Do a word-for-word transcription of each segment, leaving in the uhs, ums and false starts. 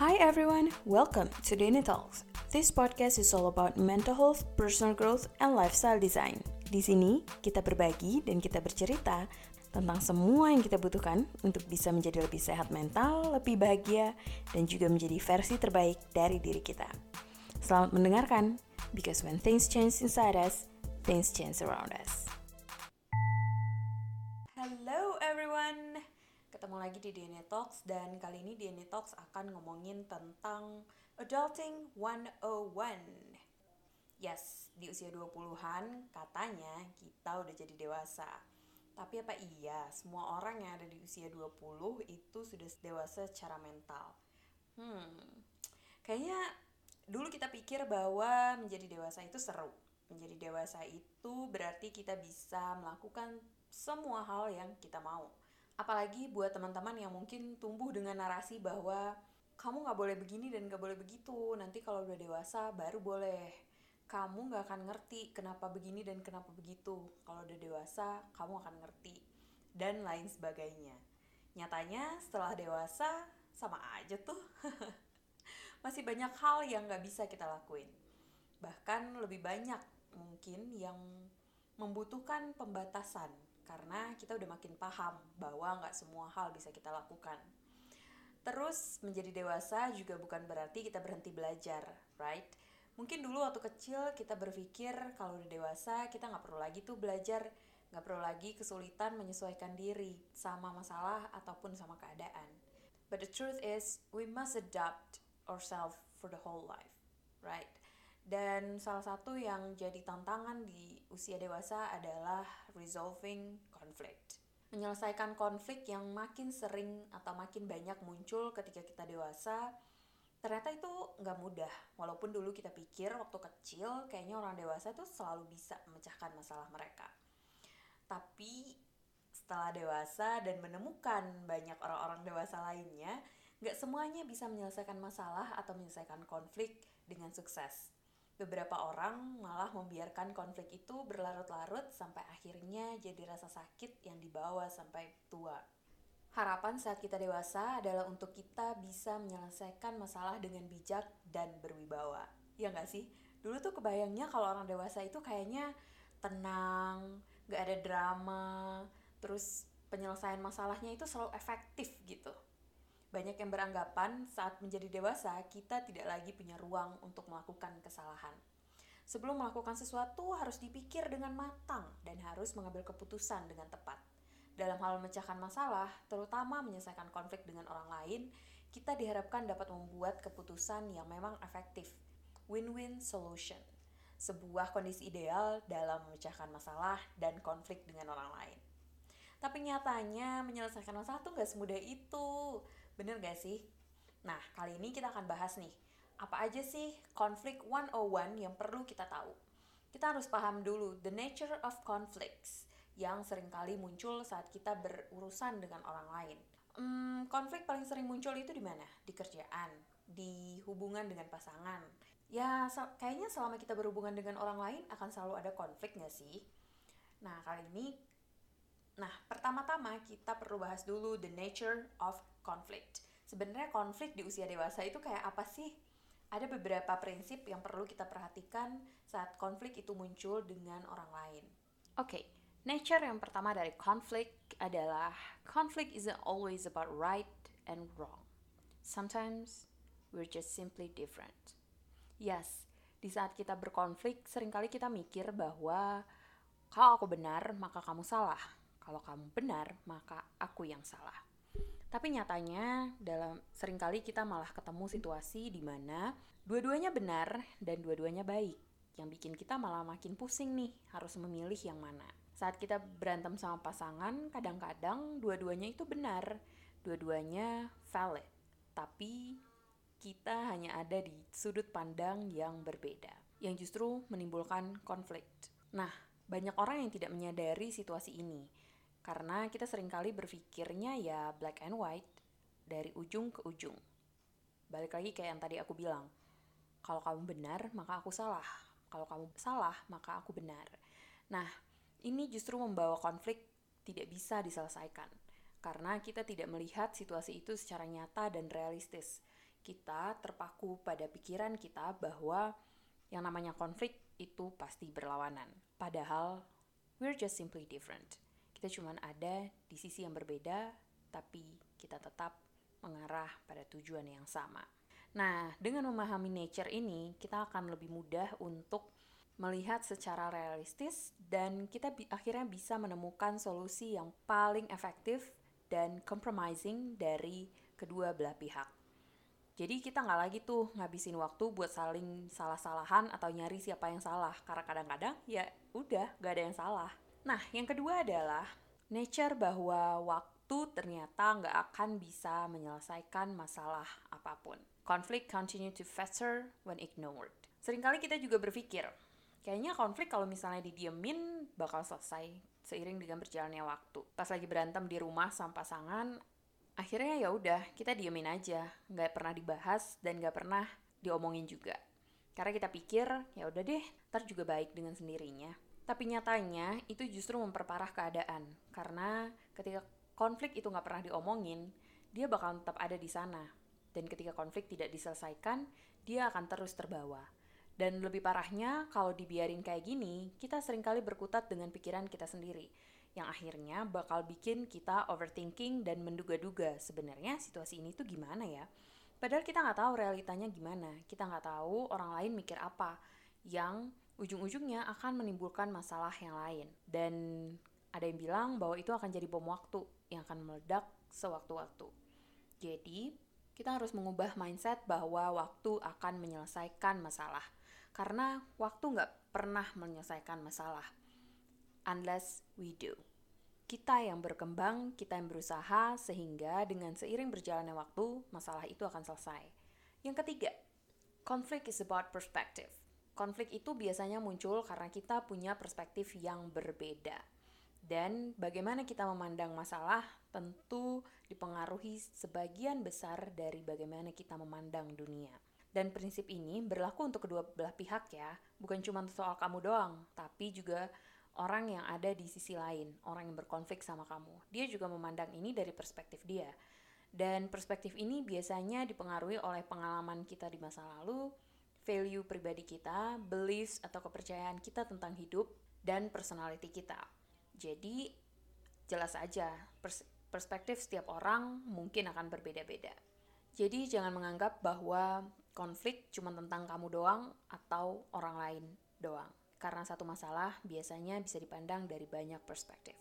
Hi everyone, welcome to Dini Talks. This podcast is all about mental health, personal growth, and lifestyle design. Di sini kita berbagi dan kita bercerita tentang semua yang kita butuhkan untuk bisa menjadi lebih sehat mental, lebih bahagia, dan juga menjadi versi terbaik dari diri kita. Selamat mendengarkan, because when things change inside us, things change around us. Hello everyone, ketemu lagi di D N A Talks, dan kali ini D N A Talks akan ngomongin tentang Adulting seratus satu. Yes, di usia dua puluhan katanya kita udah jadi dewasa. Tapi apa iya semua orang yang ada di usia dua puluh itu sudah dewasa secara mental? Hmm, kayaknya dulu kita pikir bahwa menjadi dewasa itu seru. Menjadi dewasa itu berarti kita bisa melakukan semua hal yang kita mau. Apalagi buat teman-teman yang mungkin tumbuh dengan narasi bahwa kamu gak boleh begini dan gak boleh begitu, nanti kalau udah dewasa baru boleh. Kamu gak akan ngerti kenapa begini dan kenapa begitu. Kalau udah dewasa, kamu akan ngerti. Dan lain sebagainya. Nyatanya setelah dewasa, sama aja tuh. Masih banyak hal yang gak bisa kita lakuin. Bahkan lebih banyak mungkin yang membutuhkan pembatasan. Karena kita udah makin paham bahwa gak semua hal bisa kita lakukan. Terus menjadi dewasa juga bukan berarti kita berhenti belajar, right? Mungkin dulu waktu kecil kita berpikir kalau udah dewasa kita gak perlu lagi tuh belajar, gak perlu lagi kesulitan menyesuaikan diri sama masalah ataupun sama keadaan. But the truth is, we must adapt ourselves for the whole life, right? Dan salah satu yang jadi tantangan di usia dewasa adalah resolving conflict. Menyelesaikan konflik yang makin sering atau makin banyak muncul ketika kita dewasa, ternyata itu nggak mudah. Walaupun dulu kita pikir waktu kecil kayaknya orang dewasa itu selalu bisa memecahkan masalah mereka. Tapi setelah dewasa dan menemukan banyak orang-orang dewasa lainnya, nggak semuanya bisa menyelesaikan masalah atau menyelesaikan konflik dengan sukses. Beberapa orang malah membiarkan konflik itu berlarut-larut sampai akhirnya jadi rasa sakit yang dibawa sampai tua. Harapan saat kita dewasa adalah untuk kita bisa menyelesaikan masalah dengan bijak dan berwibawa. Ya nggak sih? Dulu tuh kebayangnya kalau orang dewasa itu kayaknya tenang, nggak ada drama, terus penyelesaian masalahnya itu selalu efektif gitu. Banyak yang beranggapan saat menjadi dewasa kita tidak lagi punya ruang untuk melakukan kesalahan. Sebelum melakukan sesuatu harus dipikir dengan matang dan harus mengambil keputusan dengan tepat. Dalam hal memecahkan masalah, terutama menyelesaikan konflik dengan orang lain, kita diharapkan dapat membuat keputusan yang memang efektif. Win-win solution. Sebuah kondisi ideal dalam memecahkan masalah dan konflik dengan orang lain. Tapi nyatanya menyelesaikan masalah tuh gak semudah itu. Bener gak sih? Nah, kali ini kita akan bahas nih, apa aja sih konflik seratus satu yang perlu kita tahu. Kita harus paham dulu the nature of conflicts yang seringkali muncul saat kita berurusan dengan orang lain. Hmm, konflik paling sering muncul itu di mana? Di kerjaan, di hubungan dengan pasangan. Ya, kayaknya selama kita berhubungan dengan orang lain akan selalu ada konflik gak sih? Nah, kali ini Nah, pertama-tama kita perlu bahas dulu the nature of conflict. Sebenarnya konflik di usia dewasa itu kayak apa sih? Ada beberapa prinsip yang perlu kita perhatikan saat konflik itu muncul dengan orang lain. Oke, okay, nature yang pertama dari konflik adalah conflict isn't always about right and wrong. Sometimes we're just simply different. Yes, di saat kita berkonflik, seringkali kita mikir bahwa kalau aku benar, maka kamu salah. Kalau kamu benar, maka aku yang salah. Tapi nyatanya, dalam seringkali kita malah ketemu situasi di mana dua-duanya benar dan dua-duanya baik. Yang bikin kita malah makin pusing nih, harus memilih yang mana. Saat kita berantem sama pasangan, kadang-kadang dua-duanya itu benar. Dua-duanya valid. Tapi kita hanya ada di sudut pandang yang berbeda, yang justru menimbulkan konflik. Nah, banyak orang yang tidak menyadari situasi ini. Karena kita seringkali berpikirnya ya black and white, dari ujung ke ujung. Balik lagi kayak yang tadi aku bilang, kalau kamu benar, maka aku salah. Kalau kamu salah, maka aku benar. Nah, ini justru membawa konflik tidak bisa diselesaikan. Karena kita tidak melihat situasi itu secara nyata dan realistis. kita terpaku pada pikiran kita bahwa yang namanya konflik itu pasti berlawanan. Padahal, we're just simply different. Kita cuman ada di sisi yang berbeda, tapi kita tetap mengarah pada tujuan yang sama. Nah, dengan memahami nature ini, kita akan lebih mudah untuk melihat secara realistis dan kita bi- akhirnya bisa menemukan solusi yang paling efektif dan compromising dari kedua belah pihak. Jadi kita nggak lagi tuh ngabisin waktu buat saling salah-salahan atau nyari siapa yang salah, karena kadang-kadang ya udah gak ada yang salah. Nah, yang kedua adalah nature bahwa waktu ternyata nggak akan bisa menyelesaikan masalah apapun. Conflict continue to fester when ignored. Seringkali kita juga berpikir, kayaknya konflik kalau misalnya didiemin bakal selesai seiring dengan berjalannya waktu. Pas lagi berantem di rumah sama pasangan, akhirnya ya udah kita diemin aja, nggak pernah dibahas dan nggak pernah diomongin juga. Karena kita pikir ya udah deh, ntar juga baik dengan sendirinya. Tapi nyatanya itu justru memperparah keadaan, karena ketika konflik itu nggak pernah diomongin, dia bakal tetap ada di sana. Dan ketika konflik tidak diselesaikan, dia akan terus terbawa. Dan lebih parahnya, kalau dibiarin kayak gini, kita seringkali berkutat dengan pikiran kita sendiri, yang akhirnya bakal bikin kita overthinking dan menduga-duga sebenarnya situasi ini tuh gimana ya. Padahal kita nggak tahu realitanya gimana, kita nggak tahu orang lain mikir apa, yang ujung-ujungnya akan menimbulkan masalah yang lain. Dan ada yang bilang bahwa itu akan jadi bom waktu yang akan meledak sewaktu-waktu. Jadi, kita harus mengubah mindset bahwa waktu akan menyelesaikan masalah. Karena waktu nggak pernah menyelesaikan masalah. Unless we do. Kita yang berkembang, kita yang berusaha, sehingga dengan seiring berjalannya waktu, masalah itu akan selesai. Yang ketiga, conflict is about perspective. Konflik itu biasanya muncul karena kita punya perspektif yang berbeda. Dan bagaimana kita memandang masalah tentu dipengaruhi sebagian besar dari bagaimana kita memandang dunia. Dan prinsip ini berlaku untuk kedua belah pihak ya, bukan cuma soal kamu doang, tapi juga orang yang ada di sisi lain, orang yang berkonflik sama kamu. Dia juga memandang ini dari perspektif dia. Dan perspektif ini biasanya dipengaruhi oleh pengalaman kita di masa lalu, value pribadi kita, beliefs atau kepercayaan kita tentang hidup, dan personality kita. Jadi, jelas aja, pers- perspektif setiap orang mungkin akan berbeda-beda. Jadi, jangan menganggap bahwa konflik cuma tentang kamu doang atau orang lain doang. Karena satu masalah biasanya bisa dipandang dari banyak perspektif.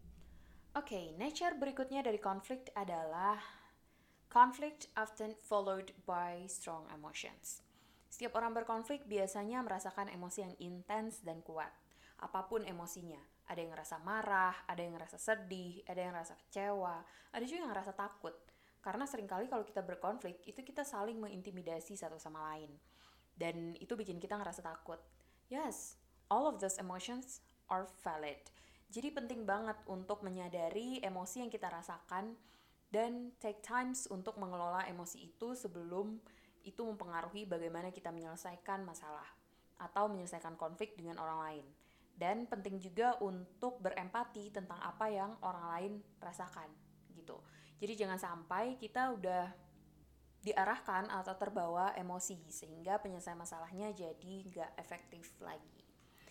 Oke, okay, nature berikutnya dari konflik adalah conflict often followed by strong emotions. Setiap orang berkonflik biasanya merasakan emosi yang intens dan kuat. Apapun emosinya. Ada yang ngerasa marah, ada yang ngerasa sedih, ada yang ngerasa kecewa, ada juga yang ngerasa takut. Karena seringkali kalau kita berkonflik, itu kita saling mengintimidasi satu sama lain. Dan itu bikin kita ngerasa takut. Yes, all of those emotions are valid. Jadi penting banget untuk menyadari emosi yang kita rasakan dan take times untuk mengelola emosi itu sebelum itu mempengaruhi bagaimana kita menyelesaikan masalah atau menyelesaikan konflik dengan orang lain. Dan penting juga untuk berempati tentang apa yang orang lain rasakan gitu. Jadi jangan sampai kita udah diarahkan atau terbawa emosi sehingga penyelesaian masalahnya jadi gak efektif lagi.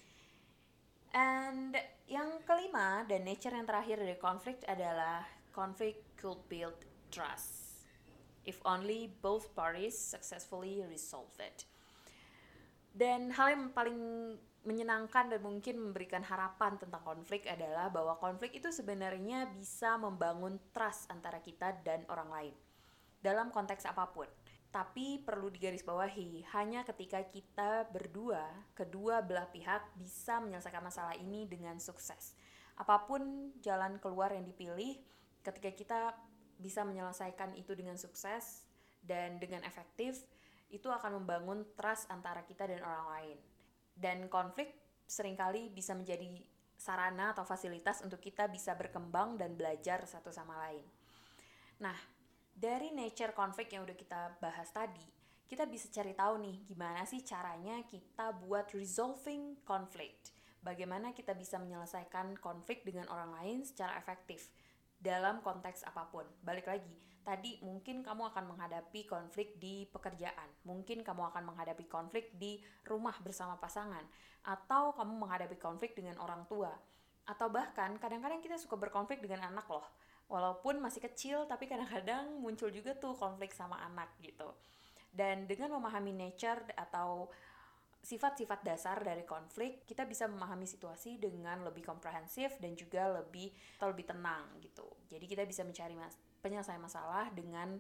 And yang kelima dan nature yang terakhir dari konflik adalah conflict could build trust if only both parties successfully resolve it. Dan hal yang paling menyenangkan dan mungkin memberikan harapan tentang konflik adalah bahwa konflik itu sebenarnya bisa membangun trust antara kita dan orang lain dalam konteks apapun. Tapi perlu digarisbawahi, hanya ketika kita berdua, kedua belah pihak bisa menyelesaikan masalah ini dengan sukses. Apapun jalan keluar yang dipilih, ketika kita bisa menyelesaikan itu dengan sukses dan dengan efektif, itu akan membangun trust antara kita dan orang lain. Dan konflik seringkali bisa menjadi sarana atau fasilitas untuk kita bisa berkembang dan belajar satu sama lain. Nah, dari nature konflik yang udah kita bahas tadi, kita bisa cari tahu nih gimana sih caranya kita buat resolving conflict. Bagaimana kita bisa menyelesaikan konflik dengan orang lain secara efektif. dalam konteks apapun. Balik lagi, tadi mungkin kamu akan menghadapi konflik di pekerjaan, mungkin kamu akan menghadapi konflik di rumah bersama pasangan, atau kamu menghadapi konflik dengan orang tua, atau bahkan kadang-kadang kita suka berkonflik dengan anak loh. Walaupun masih kecil, tapi kadang-kadang muncul juga tuh konflik sama anak gitu. Dan dengan memahami nature atau sifat-sifat dasar dari konflik, kita bisa memahami situasi dengan lebih komprehensif dan juga lebih atau lebih tenang gitu. Jadi kita bisa mencari mas- penyelesaian masalah dengan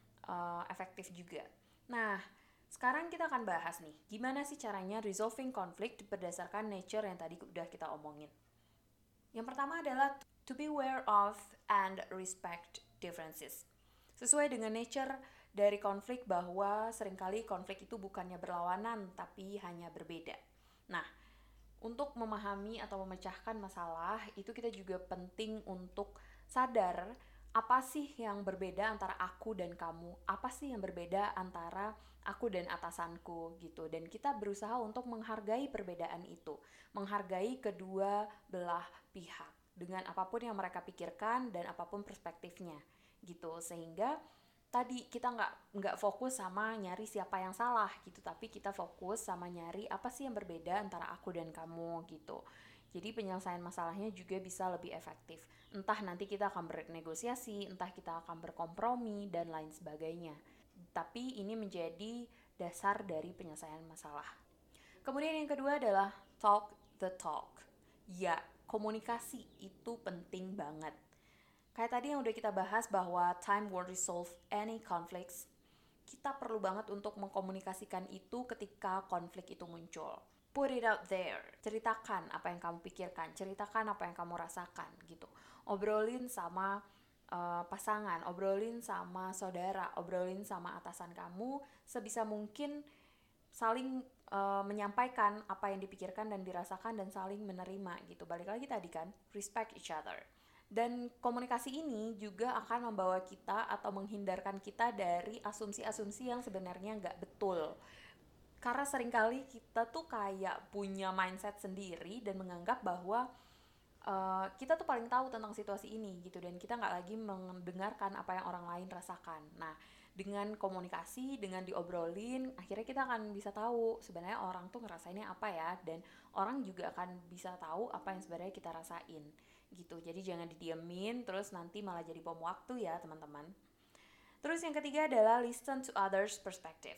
uh, efektif juga. Nah, sekarang kita akan bahas nih, gimana sih caranya resolving conflict berdasarkan nature yang tadi udah kita omongin. Yang pertama adalah to be aware of and respect differences. Sesuai dengan nature dari konflik bahwa seringkali konflik itu bukannya berlawanan tapi hanya berbeda. Nah, untuk memahami atau memecahkan masalah itu kita juga penting untuk sadar apa sih yang berbeda antara aku dan kamu, apa sih yang berbeda antara aku dan atasanku gitu. Dan kita berusaha untuk menghargai perbedaan itu, menghargai kedua belah pihak dengan apapun yang mereka pikirkan dan apapun perspektifnya gitu, sehingga tadi kita nggak nggak fokus sama nyari siapa yang salah gitu, tapi kita fokus sama nyari apa sih yang berbeda antara aku dan kamu gitu. Jadi penyelesaian masalahnya juga bisa lebih efektif. Entah nanti kita akan bernegosiasi, entah kita akan berkompromi dan lain sebagainya. Tapi ini menjadi dasar dari penyelesaian masalah. Kemudian yang kedua adalah talk the talk. Ya, komunikasi itu penting banget. Kayak tadi yang udah kita bahas bahwa time won't resolve any conflicts, kita perlu banget untuk mengkomunikasikan itu ketika konflik itu muncul. Put it out there, ceritakan apa yang kamu pikirkan, ceritakan apa yang kamu rasakan gitu. Obrolin sama uh, pasangan, obrolin sama saudara, obrolin sama atasan kamu, sebisa mungkin saling uh, menyampaikan apa yang dipikirkan dan dirasakan dan saling menerima gitu. Balik lagi tadi kan, respect each other. Dan komunikasi ini juga akan membawa kita atau menghindarkan kita dari asumsi-asumsi yang sebenarnya nggak betul. Karena seringkali kita tuh kayak punya mindset sendiri dan menganggap bahwa uh, kita tuh paling tahu tentang situasi ini gitu, dan kita nggak lagi mendengarkan apa yang orang lain rasakan. Nah, dengan komunikasi, dengan diobrolin, akhirnya kita akan bisa tahu sebenarnya orang tuh ngerasainnya apa ya, dan orang juga akan bisa tahu apa yang sebenarnya kita rasain gitu. Jadi jangan didiemin terus nanti malah jadi bom waktu ya teman-teman. Terus yang ketiga adalah listen to others' perspective.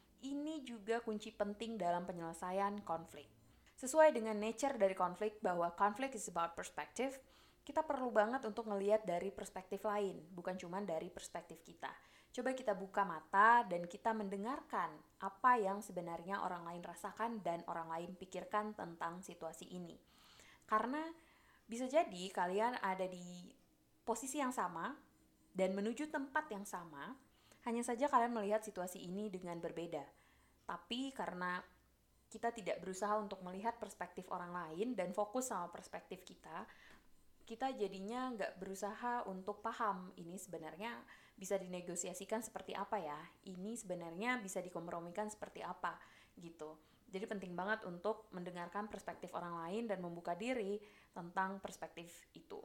Ini juga kunci penting dalam penyelesaian konflik. Sesuai dengan nature dari konflik bahwa conflict is about perspective, kita perlu banget untuk ngelihat dari perspektif lain, bukan cuma dari perspektif kita. Coba kita buka mata dan kita mendengarkan apa yang sebenarnya orang lain rasakan dan orang lain pikirkan tentang situasi ini. Karena bisa jadi kalian ada di posisi yang sama dan menuju tempat yang sama, hanya saja kalian melihat situasi ini dengan berbeda. Tapi karena kita tidak berusaha untuk melihat perspektif orang lain dan fokus sama perspektif kita, kita jadinya nggak berusaha untuk paham ini sebenarnya bisa dinegosiasikan seperti apa ya, ini sebenarnya bisa dikompromikan seperti apa gitu. Jadi penting banget untuk mendengarkan perspektif orang lain dan membuka diri tentang perspektif itu.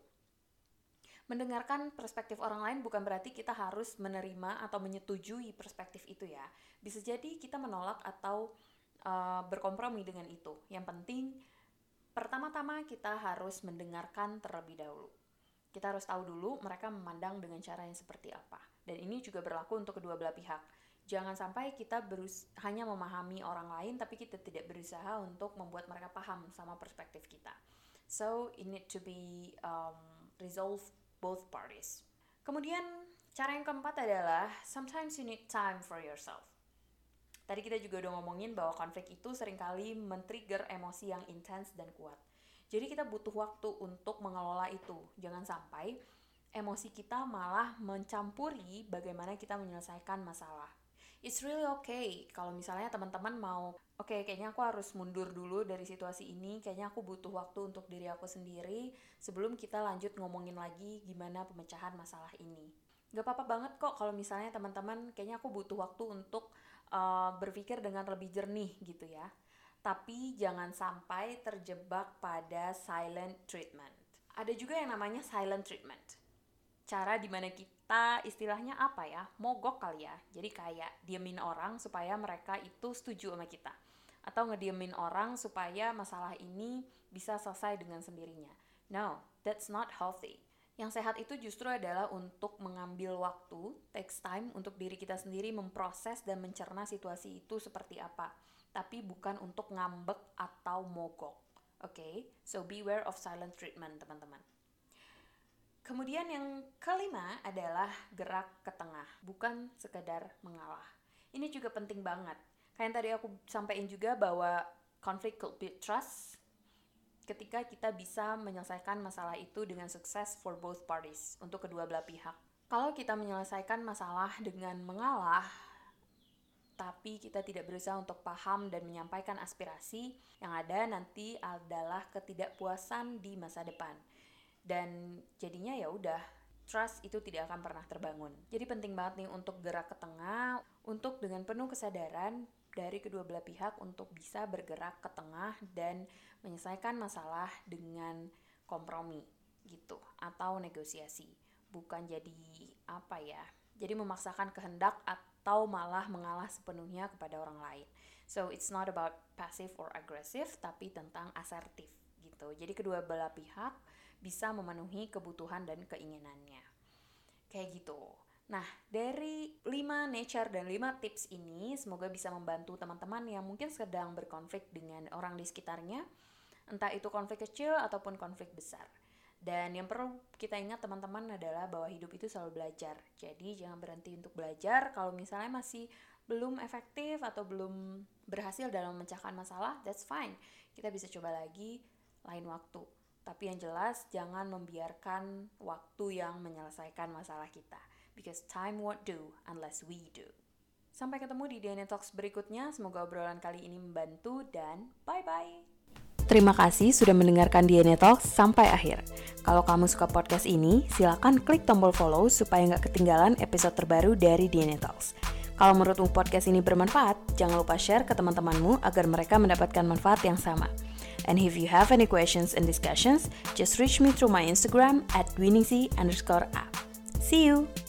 Mendengarkan perspektif orang lain bukan berarti kita harus menerima atau menyetujui perspektif itu ya. Bisa jadi kita menolak atau uh, berkompromi dengan itu. Yang penting, pertama-tama kita harus mendengarkan terlebih dahulu. Kita harus tahu dulu mereka memandang dengan cara yang seperti apa. Dan ini juga berlaku untuk kedua belah pihak. Jangan sampai kita berus- hanya memahami orang lain tapi kita tidak berusaha untuk membuat mereka paham sama perspektif kita. So, it need to be um, resolved both parties. Kemudian, cara yang keempat adalah sometimes you need time for yourself. Tadi kita juga udah ngomongin bahwa konflik itu seringkali men-trigger emosi yang intens dan kuat. Jadi kita butuh waktu untuk mengelola itu. Jangan sampai emosi kita malah mencampuri bagaimana kita menyelesaikan masalah. It's really okay kalau misalnya teman-teman mau, oke okay, kayaknya aku harus mundur dulu dari situasi ini, kayaknya aku butuh waktu untuk diri aku sendiri sebelum kita lanjut ngomongin lagi gimana pemecahan masalah ini. Gak apa-apa banget kok kalau misalnya teman-teman kayaknya aku butuh waktu untuk uh, berpikir dengan lebih jernih gitu ya. Tapi jangan sampai terjebak pada silent treatment. Ada juga yang namanya silent treatment. cara dimana kita istilahnya apa ya, mogok kali ya. Jadi kayak diemin orang supaya mereka itu setuju sama kita, atau ngediemin orang supaya masalah ini bisa selesai dengan sendirinya. No, that's not healthy. Yang sehat itu justru adalah untuk mengambil waktu, takes time untuk diri kita sendiri memproses dan mencerna situasi itu seperti apa. Tapi bukan untuk ngambek atau mogok. Oke, okay? So beware of silent treatment, teman-teman. Kemudian yang kelima adalah gerak ke tengah, bukan sekedar mengalah. Ini juga penting banget. Kayak yang tadi aku sampaikan juga bahwa conflict could build trust, ketika kita bisa menyelesaikan masalah itu dengan sukses for both parties, untuk kedua belah pihak. Kalau kita menyelesaikan masalah dengan mengalah, tapi kita tidak berusaha untuk paham dan menyampaikan aspirasi, yang ada nanti adalah ketidakpuasan di masa depan. Dan jadinya ya udah, trust itu tidak akan pernah terbangun. Jadi penting banget nih untuk gerak ke tengah, untuk dengan penuh kesadaran dari kedua belah pihak untuk bisa bergerak ke tengah dan menyelesaikan masalah dengan kompromi gitu, atau negosiasi. Bukan jadi apa ya, jadi memaksakan kehendak atau malah mengalah sepenuhnya kepada orang lain. So it's not about passive or aggressive, tapi tentang asertif gitu. Jadi kedua belah pihak bisa memenuhi kebutuhan dan keinginannya. Kayak gitu. Nah, dari lima nature dan lima tips ini, semoga bisa membantu teman-teman yang mungkin sedang berkonflik dengan orang di sekitarnya, entah itu konflik kecil ataupun konflik besar. Dan yang perlu kita ingat teman-teman adalah bahwa hidup itu selalu belajar. Jadi jangan berhenti untuk belajar. Kalau misalnya masih belum efektif atau belum berhasil dalam memecahkan masalah, that's fine. Kita bisa coba lagi lain waktu. Tapi yang jelas jangan membiarkan waktu yang menyelesaikan masalah kita. Because time won't do unless we do. Sampai ketemu di D N A Talks berikutnya. Semoga obrolan kali ini membantu dan bye-bye. Terima kasih sudah mendengarkan D N A Talks sampai akhir. Kalau kamu suka podcast ini, silakan klik tombol follow supaya nggak ketinggalan episode terbaru dari D N A Talks. Kalau menurutmu podcast ini bermanfaat, jangan lupa share ke teman-temanmu agar mereka mendapatkan manfaat yang sama. And if you have any questions and discussions, just reach me through my Instagram at winningsy underscore app. See you!